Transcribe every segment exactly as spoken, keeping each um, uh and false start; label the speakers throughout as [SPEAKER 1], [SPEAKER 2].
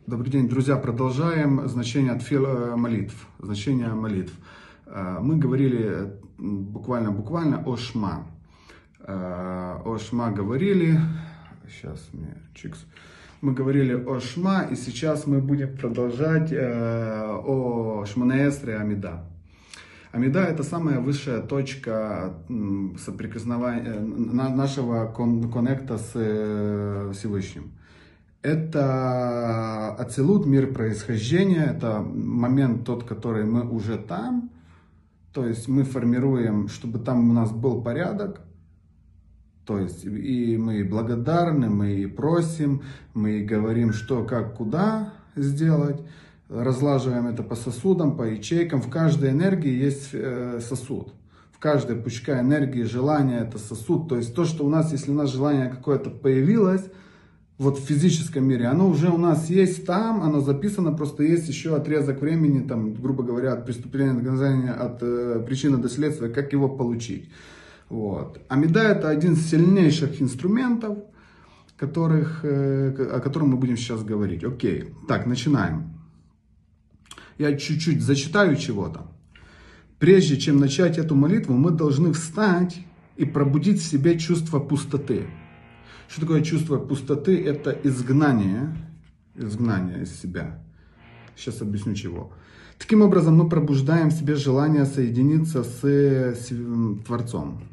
[SPEAKER 1] Добрый день, друзья. Продолжаем значение от фил, молитв. Значение молитв. Мы говорили буквально-буквально о Шма. О Шма говорили. Сейчас мне чикс. Мы говорили о Шма, и сейчас мы будем продолжать о Шмоне-Эсре Амида. Амида — это самая высшая точка соприкосновения нашего коннекта с Всевышним. Это ацилут, мир происхождения, это момент тот, который мы уже там, то есть мы формируем, чтобы там у нас был порядок, то есть и мы благодарны, мы просим, мы говорим, что, как, куда сделать, разлаживаем это по сосудам, по ячейкам, в каждой энергии есть сосуд. В каждой пучка энергии желание — это сосуд, то есть то, что у нас, если у нас желание какое-то появилось, вот в физическом мире, оно уже у нас есть там, оно записано, просто есть еще отрезок времени, там, грубо говоря, от преступления до наказания, от э, причины до следствия, как его получить. Вот. Амида — это один из сильнейших инструментов, которых, э, о котором мы будем сейчас говорить. Окей, так, начинаем. Я чуть-чуть зачитаю чего-то. Прежде чем начать эту молитву, мы должны встать и пробудить в себе чувство пустоты. Что такое чувство пустоты? Это изгнание, изгнание из себя. Сейчас объясню чего. Таким образом, мы пробуждаем в себе желание соединиться с, с Творцом.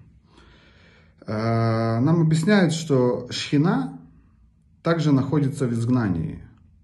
[SPEAKER 1] Нам объясняют, что Шхина также находится в изгнании.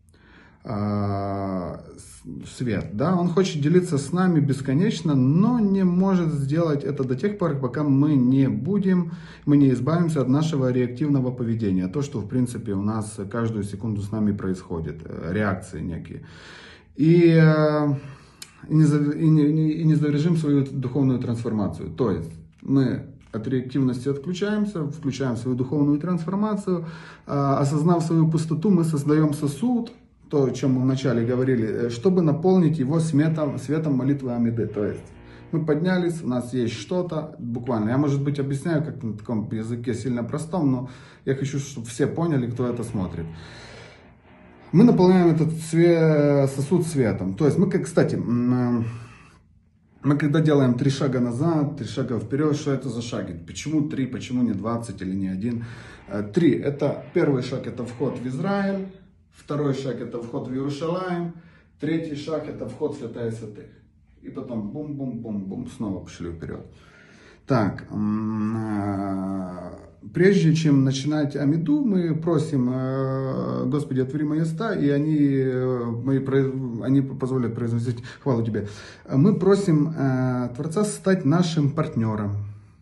[SPEAKER 1] Свет, да, он хочет делиться с нами бесконечно, но не может сделать это до тех пор, пока мы не будем, мы не избавимся от нашего реактивного поведения. То, что в принципе у нас каждую секунду с нами происходит, реакции некие. И, и, не, и, не, и не завершим свою духовную трансформацию. То есть мы от реактивности отключаемся, включаем свою духовную трансформацию, осознав свою пустоту, мы создаем сосуд, то, о чем мы вначале говорили, чтобы наполнить его светом, светом молитвы Амиды. То есть мы поднялись, у нас есть что-то, буквально. Я, может быть, объясняю как на таком языке сильно простом, но я хочу, чтобы все поняли, кто это смотрит. Мы наполняем этот свет, сосуд светом. То есть мы, как, кстати, мы когда делаем три шага назад, три шага вперед, что это за шаги? Почему три, почему не двадцать или не один? Три. Это первый шаг, это вход в Израиль. Второй шаг — это вход в Иерусалим. Третий шаг — это вход в Святая Святых. И потом бум-бум-бум-бум, снова пошли вперед. Так, прежде чем начинать Амиду, мы просим: Господи, отвори мои уста, и они, мои, они позволят произносить хвалу Тебе. Мы просим Творца стать нашим партнером.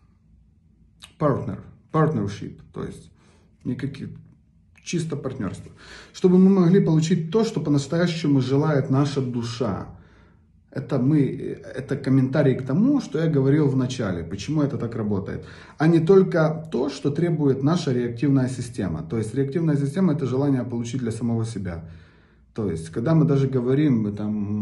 [SPEAKER 1] Partner, partnership, то есть никаких... Чисто партнерство. Чтобы мы могли получить то, что по-настоящему желает наша душа. Это, мы, это комментарий к тому, что я говорил в начале, почему это так работает. А не только то, что требует наша реактивная система. То есть реактивная система — это желание получить для самого себя. То есть, когда мы даже говорим, мы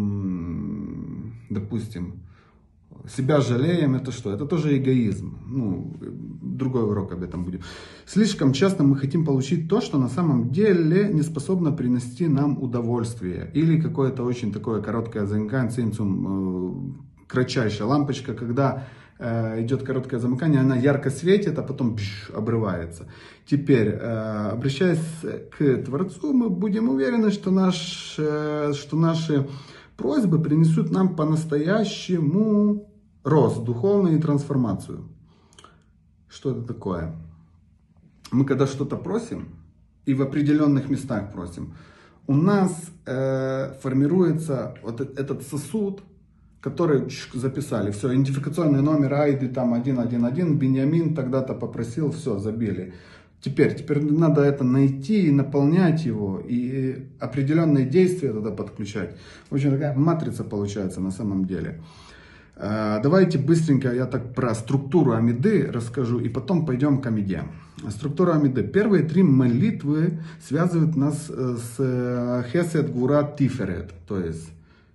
[SPEAKER 1] там, допустим, себя жалеем, это что? Это тоже эгоизм. Ну, другой урок об этом будет. Слишком часто мы хотим получить то, что на самом деле не способно принести нам удовольствие. Или какое-то очень такое короткое замыкание, цинцум, кратчайшая лампочка, когда э, идет короткое замыкание, она ярко светит, а потом бш, обрывается. Теперь, э, обращаясь к Творцу, мы будем уверены, что, наш, э, что наши просьбы принесут нам по-настоящему рост духовный и трансформацию. Что это такое? Мы когда что-то просим, и в определенных местах просим, у нас э, формируется вот этот сосуд, который записали. Все, идентификационный номер Айды, там один один один, Беньямин тогда-то попросил, все, забили. Теперь, теперь надо это найти и наполнять его, и определенные действия туда подключать. Очень такая матрица получается на самом деле. Давайте быстренько я так про структуру Амиды расскажу, и потом пойдем к Амиде. Структура Амиды. Первые три молитвы связывают нас с Хесед, Гвура, Тиферет, то есть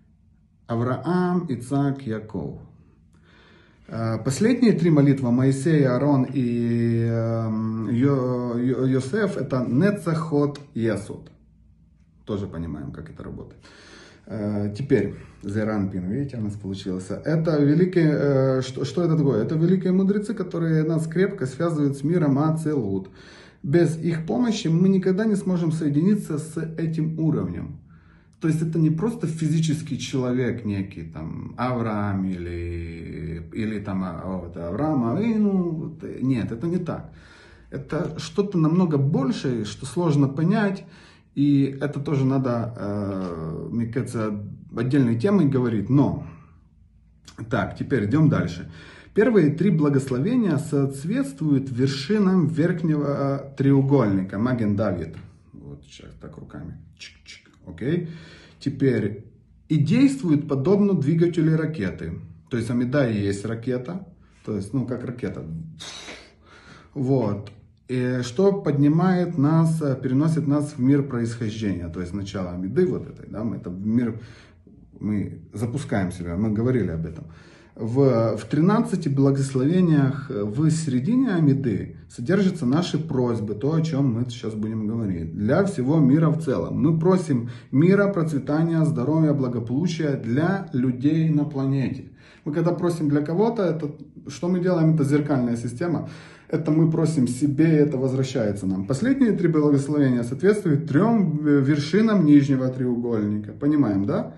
[SPEAKER 1] Авраам, Ицак, Яков. Последние три молитвы, Моисей, Аарон и Йосеф, это Нецахот, Ясуд. тоже понимаем, как это работает. Теперь, Зеранпин, видите, у нас получилось. Это великие, что, что это такое? Это великие мудрецы, которые нас крепко связывают с миром Ацилут. Без их помощи мы никогда не сможем соединиться с этим уровнем. То есть это не просто физический человек некий, там, Авраам или, или там, вот, Авраам, ну, нет, это не так. Это что-то намного большее, что сложно понять. И это тоже надо, э, мне кажется, отдельной темой говорить. Но, так, теперь идем дальше. Первые три благословения соответствуют вершинам верхнего треугольника. Маген Давид. Вот сейчас так руками. Чик-чик. Окей. Теперь. И действуют подобно двигателю ракеты. То есть Амида и есть ракета. То есть, ну, как ракета. Вот. И что поднимает нас, переносит нас в мир происхождения, то есть начало Амиды, вот этой, да, мы это в мир, мы запускаем себя, мы говорили об этом. В, в тринадцати благословениях в середине Амиды содержатся наши просьбы, то, о чем мы сейчас будем говорить, для всего мира в целом. Мы просим мира, процветания, здоровья, благополучия для людей на планете. Мы когда просим для кого-то, это, что мы делаем, это зеркальная система. Это мы просим себе, и это возвращается нам. Последние три благословения соответствуют трем вершинам нижнего треугольника. Понимаем, да?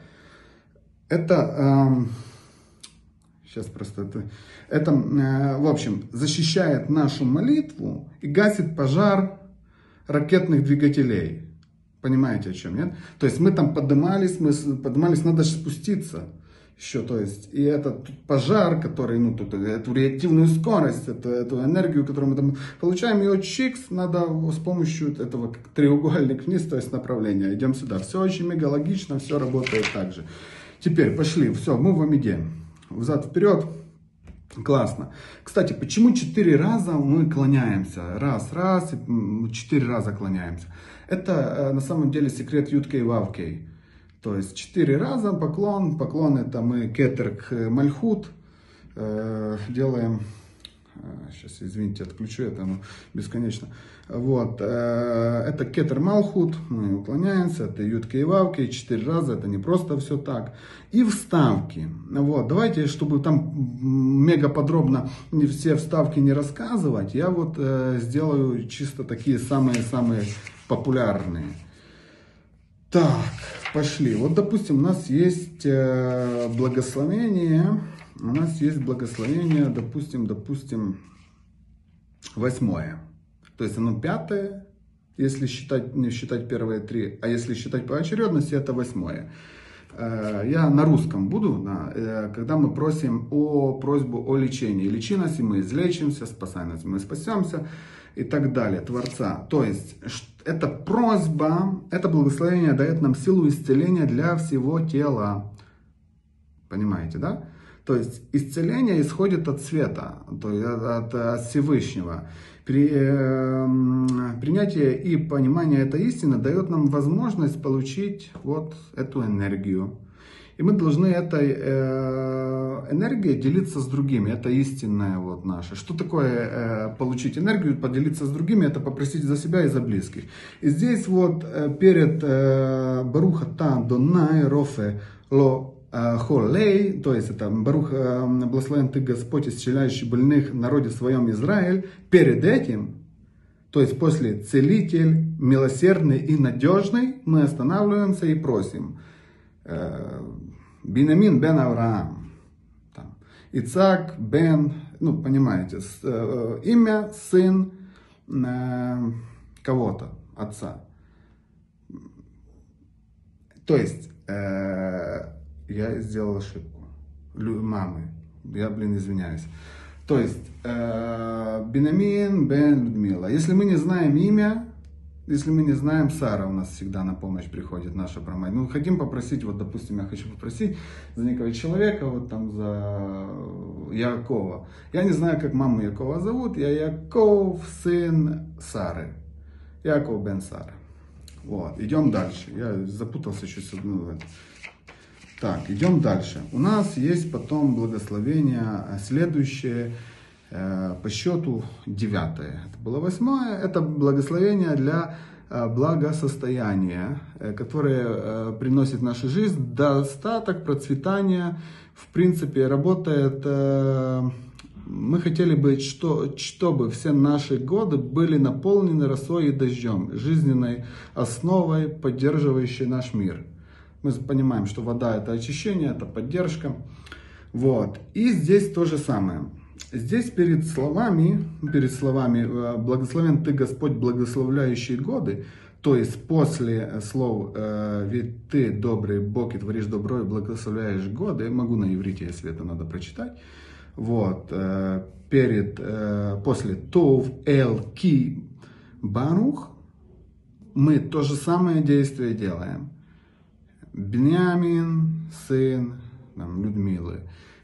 [SPEAKER 1] Это, э, сейчас просто это, это э, в общем, защищает нашу молитву и гасит пожар ракетных двигателей. Понимаете, о чем, нет? То есть мы там поднимались, мы поднимались, надо спуститься. Еще, то есть, и этот пожар, который, ну, тут, эту реактивную скорость, эту, эту энергию, которую мы там получаем, ее чикс, надо с помощью этого как треугольник вниз, то есть направление. Идем сюда. Все очень мега логично, все работает так же. Теперь пошли, все, мы в Амиде. Взад вперед. Классно. Кстати, почему четыре раза мы клоняемся? Раз, раз, четыре раза клоняемся. Это на самом деле секрет Юткей Вавкей. То есть четыре раза поклон, поклон это мы кетер к Мальхут э, делаем, э, сейчас извините, отключу это, ну, бесконечно, вот, э, это кетер Малхут, мы уклоняемся, это ютки и вавки, четыре раза, это не просто все так, и вставки, вот, давайте, чтобы там мега подробно не все вставки не рассказывать, я вот э, сделаю чисто такие самые-самые популярные. Так, пошли. Вот, допустим, у нас есть э, благословение. У нас есть благословение, допустим, допустим, восьмое. То есть оно пятое, если считать, не считать первые три, а если считать по очередности, это восьмое. Э, я на русском буду, да, э, когда мы просим о просьбу о лечении. Лечи нас, и мы излечимся, спасай нас, и мы спасемся. И так далее, Творца. То есть, это просьба, это благословение дает нам силу исцеления для всего тела. Понимаете, да? То есть, исцеление исходит от света, то есть от, от Всевышнего. При, э, принятие и понимание этой истины дает нам возможность получить вот эту энергию. И мы должны этой э, энергией делиться с другими. Это истинное вот наше. Что такое э, получить энергию, поделиться с другими? Это попросить за себя и за близких. И здесь вот э, перед э, Баруха та Донай Рофе Ло Холей, то есть это Барух, э, благословен ты Господь, исцеляющий больных в народе своем Израиль. Перед этим, то есть после целитель, милосердный и надежный, мы останавливаемся и просим. Бинамин бен Авраам, там, Ицак бен, ну понимаете, с, э, имя, сын э, кого-то, отца. То есть, э, я сделал ошибку, Лю, мамы, я, блин, извиняюсь. То есть, э, Бинамин бен Людмила. Если мы не знаем имя, если мы не знаем, Сара у нас всегда на помощь приходит, наша промать. Мы хотим попросить, вот, допустим, я хочу попросить за некого человека, вот там за Якова. Я не знаю, как маму Якова зовут, я Яков, сын Сары. Яков бен Сара. Вот, идем дальше. Я запутался чуть с одной. Так, идем дальше. У нас есть потом благословение следующее. По счету девятое. Это было восьмое. Это благословение для благосостояние, которое приносит в нашу жизнь достаток, процветание. В принципе, работает. Мы хотели бы, что, чтобы все наши годы были наполнены росой и дождем, жизненной основой, поддерживающей наш мир. Мы понимаем, что вода — это очищение, это поддержка. Вот. И здесь то же самое. Здесь перед словами, перед словами «Благословен ты, Господь, благословляющий годы», то есть после слов «Ведь ты, добрый Бог, и творишь добро, и благословляешь годы», я могу на иврите, если это надо прочитать. Вот, перед, после «Тов эл ки барух» мы то же самое действие делаем. Биньямин, сын там, Людмилы,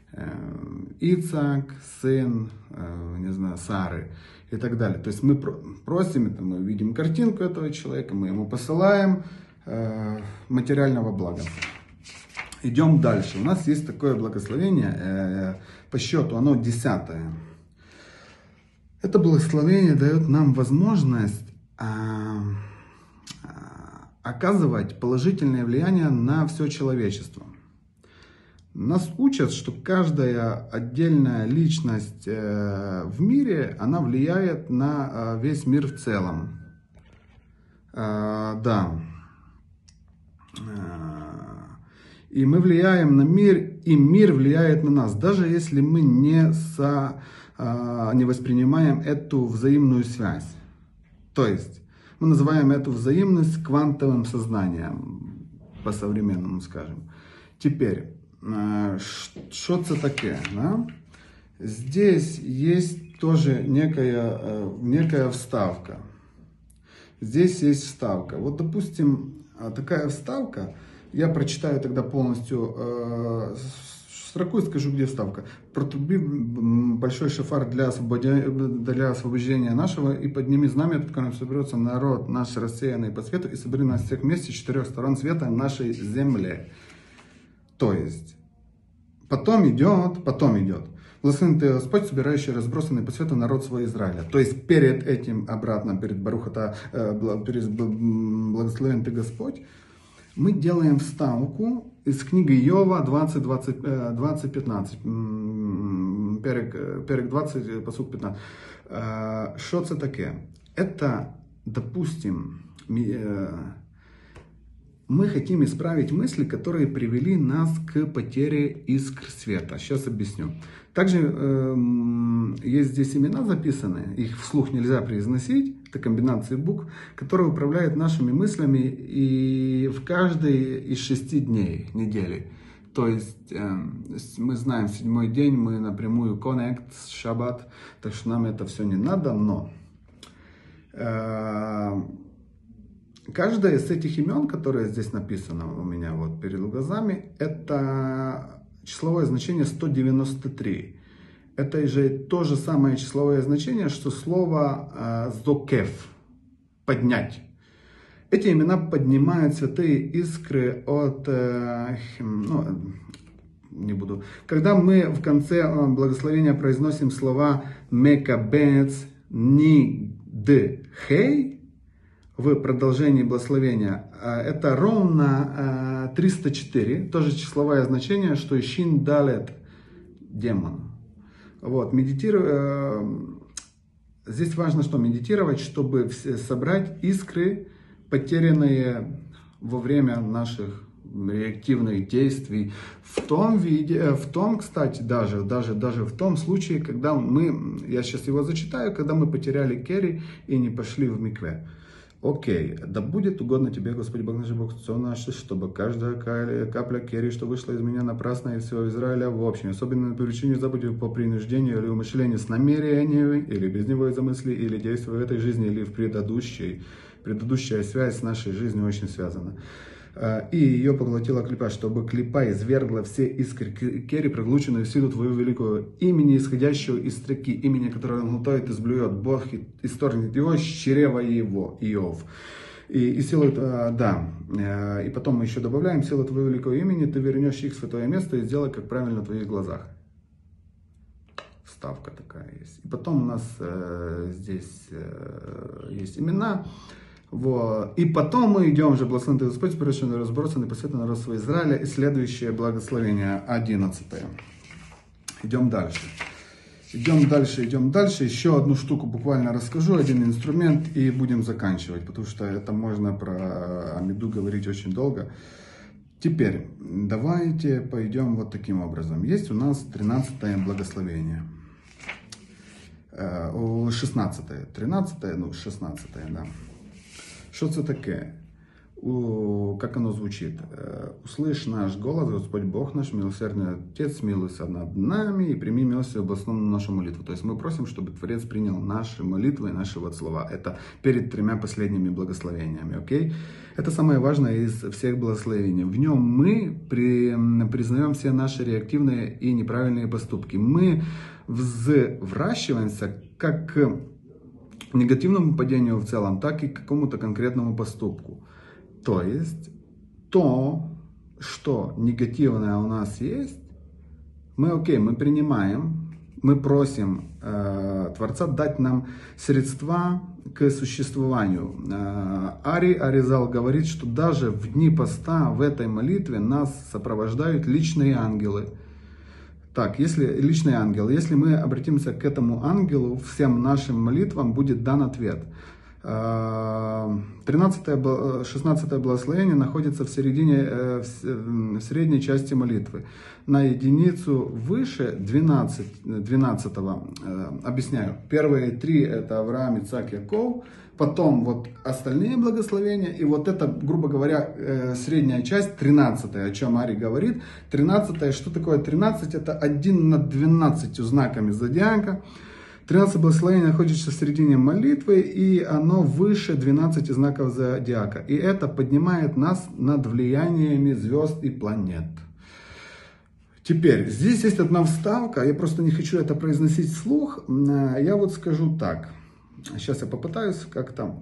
[SPEAKER 1] Ицак, сын, не знаю, Сары и так далее. То есть мы просим, это мы видим картинку этого человека, мы ему посылаем материального блага. Идем дальше. У нас есть такое благословение по счету, оно десятое. Это благословение дает нам возможность оказывать положительное влияние на все человечество. Нас учат, что каждая отдельная личность в мире, она влияет на весь мир в целом. Да. И мы влияем на мир, и мир влияет на нас, даже если мы не, со, не воспринимаем эту взаимную связь. То есть мы называем эту взаимность квантовым сознанием, по-современному скажем. Теперь, что это такое? Да? Здесь есть тоже некая, некая вставка. Здесь есть вставка. Вот, допустим, такая вставка. Я прочитаю тогда полностью э, строку и скажу, где вставка. «Протруби большой шофар для освобождения, для освобождения нашего, и подними знамя, под которым соберется народ наш, рассеянный по свету, и собери нас всех вместе с четырех сторон света нашей земле». То есть, потом идет, потом идет. «Благословен ты, Господь, собирающий разбросанный по свету народ свой Израиля». То есть, перед этим, обратно, перед Барухата, э, перед «Благословен ты, Господь», мы делаем вставку из книги Иова двадцать, двадцать, двадцать, пятнадцать. Перек двадцать, посук пятнадцать. Что это такое? Это, допустим, мы хотим исправить мысли, которые привели нас к потере искр света. Сейчас объясню. Также э, есть здесь имена записаны, их вслух нельзя произносить. Это комбинации букв, которые управляют нашими мыслями и в каждый из шести дней недели. То есть э, мы знаем, седьмой день мы напрямую connect, шаббат, так что нам это все не надо, но э, каждое из этих имен, которое здесь написано у меня вот перед глазами, это числовое значение сто девяносто три. Это же то же самое числовое значение, что слово э, «зокев» – «поднять». Эти имена поднимают святые искры от, э, ну, не буду. Когда мы в конце благословения произносим слова «мекабец», «ни-д», «хей», в продолжении благословения, это ровно э, триста четыре, тоже числовое значение, что «шин далет» – «демон». Вот, медитирую. Здесь важно, что медитировать, чтобы собрать искры, потерянные во время наших реактивных действий. В том виде, в том, кстати, даже, даже, даже в том случае, когда мы, я сейчас его зачитаю, когда мы потеряли кери и не пошли в микве. Окей, да будет угодно тебе, Господи Бог наш, Бог Отцов наш, чтобы каждая капля кери, что вышла из меня напрасно, из всего Израиля в общем, особенно на причине заповеди по принуждению или умышлению с намерением, или без него из-за мысли, или действия в этой жизни, или в предыдущей. Предыдущая связь с нашей жизнью очень связана. И ее поглотила клипа, чтобы клипа извергла все искры кери, проглоченную в силу твою великую, имени, исходящего из строки, имени, которое он глотает и сблюет, Бог исторгнет его с чрева его, Иов. И, и силу, да, и потом мы еще добавляем, силу твоего великого имени, ты вернешь их в святое место и сделай, как правильно в твоих глазах. Вставка такая есть. И потом у нас э, здесь э, есть имена. Вот. И потом мы идем уже, благословен ты Господь, прежде разбросанный по свету народ своего Израиля, и следующее благословение, одиннадцатое. Идем дальше. Идем дальше, идем дальше. Еще одну штуку буквально расскажу, один инструмент, и будем заканчивать, потому что это можно про Амиду говорить очень долго. Теперь давайте пойдем вот таким образом. Есть у нас тринадцатое благословение. шестнадцатое. тринадцатое, ну шестнадцатое, да. Что это такое? У, как оно звучит? «Услышь наш голос, Господь Бог наш, милосердный Отец, смилуйся над нами и прими милостью об основном нашу молитву». То есть мы просим, чтобы Творец принял наши молитвы и наши вот слова. Это перед тремя последними благословениями, окей? Это самое важное из всех благословений. В нем мы при, признаем все наши реактивные и неправильные поступки. Мы взвращиваемся как к негативному падению в целом, так и к какому-то конкретному поступку. То есть, то, что негативное у нас есть, мы окей, мы принимаем, мы просим э, Творца дать нам средства к существованию. Э, Ари Аризал говорит, что даже в дни поста в этой молитве нас сопровождают личные ангелы. Так, если личный ангел, если мы обратимся к этому ангелу, всем нашим молитвам будет дан ответ. тринадцатое, шестнадцатое благословение находится в середине, в средней части молитвы. На единицу выше двенадцатого. Объясняю. Первые три это Авраам, Ицхак, Яков. Потом вот остальные благословения. И вот это, грубо говоря, средняя часть, тринадцатая, о чем Ари говорит. тринадцатое, что такое тринадцать? Это один над двенадцатью знаками зодиака. тринадцатое благословение находится в середине молитвы, и оно выше двенадцати знаков зодиака. И это поднимает нас над влияниями звезд и планет. Теперь, здесь есть одна вставка, я просто не хочу это произносить вслух. Я вот скажу так. Сейчас я попытаюсь как-то.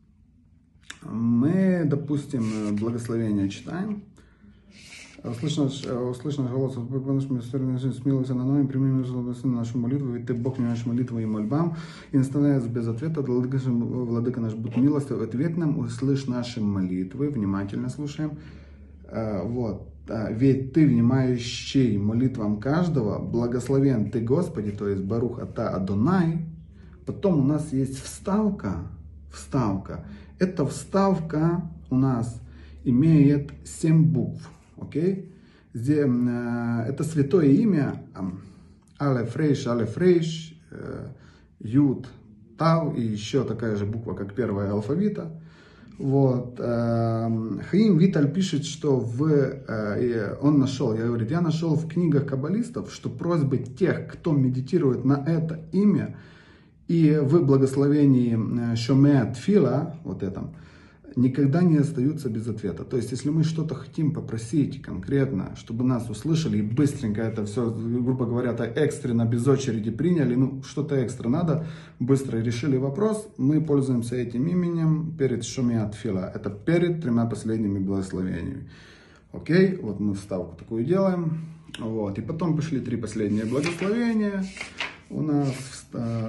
[SPEAKER 1] Мы, допустим, благословение читаем. Услышно, услышно голос, смилуйся над нами, прими нашу молитву, ведь ты Бог не нашу молитву и мольбам, и наставляется без ответа, владыка наш, будь милостив, ответь нам, услышь наши молитвы, внимательно слушаем, вот, ведь ты, внимающий молитвам каждого, благословен ты, Господи, то есть Барух ата Адонай. Потом у нас есть вставка, вставка, эта вставка у нас имеет семь букв. Окей? Где, э, это святое имя Алеф Рейш, Алеф Рейш, э, Юд, Тав и еще такая же буква, как первая алфавита. Вот. Э, Хаим Виталь пишет, что в, э, он нашел, я говорю, я нашел в книгах каббалистов, что просьбы тех, кто медитирует на это имя, и в благословении Шомеа Тфила, вот этом, никогда не остаются без ответа. То есть, если мы что-то хотим попросить конкретно, чтобы нас услышали и быстренько это все, грубо говоря, так экстренно, без очереди приняли, ну, что-то экстра надо, быстро решили вопрос, мы пользуемся этим именем перед Шомеа Тфила. Это перед тремя последними благословениями. Окей, вот мы вставку такую делаем. Вот, и потом пошли три последние благословения. У нас,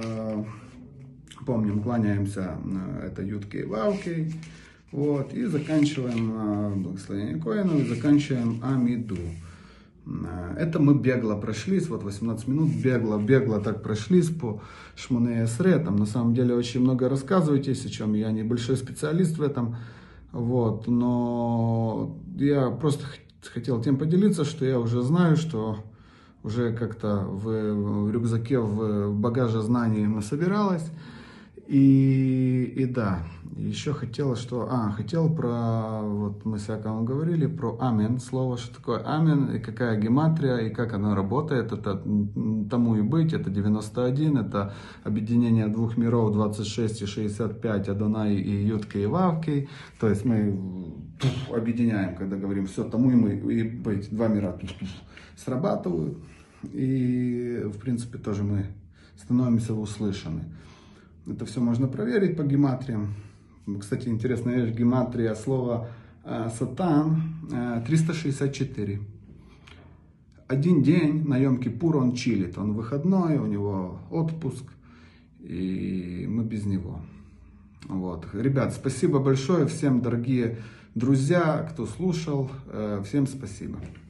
[SPEAKER 1] помним, кланяемся, это Юткей, Вавкей. Вот, и заканчиваем благословение Коэну, и заканчиваем Амиду. Это мы бегло прошлись, вот восемнадцать минут, бегло, бегло так прошлись по Шмоне Эсре. Там на самом деле очень много рассказывать есть, о чем я небольшой специалист в этом. Вот, но я просто хотел тем поделиться, что я уже знаю, что уже как-то в, в рюкзаке, в, в багаже знаний насобиралось. И, и да, еще хотел, что, а, хотел про, вот мы с Яковом говорили, про амен, слово, что такое амен, и какая гематрия, и как оно работает, это тому и быть, это девяносто один, это объединение двух миров, двадцать шесть и шестьдесят пять, Адонай и Юткей и Вавкей, то есть мы объединяем, когда говорим все тому и мы, и быть, два мира срабатывают, и в принципе тоже мы становимся услышаны. Это все можно проверить по гематриям. Кстати, интересная вещь, гематрия слова э, «сатан» э, триста шестьдесят четыре. Один день на Йом-Кипур он чилит, он выходной, у него отпуск, и мы без него. Вот. Ребят, спасибо большое всем, дорогие друзья, кто слушал. Всем спасибо.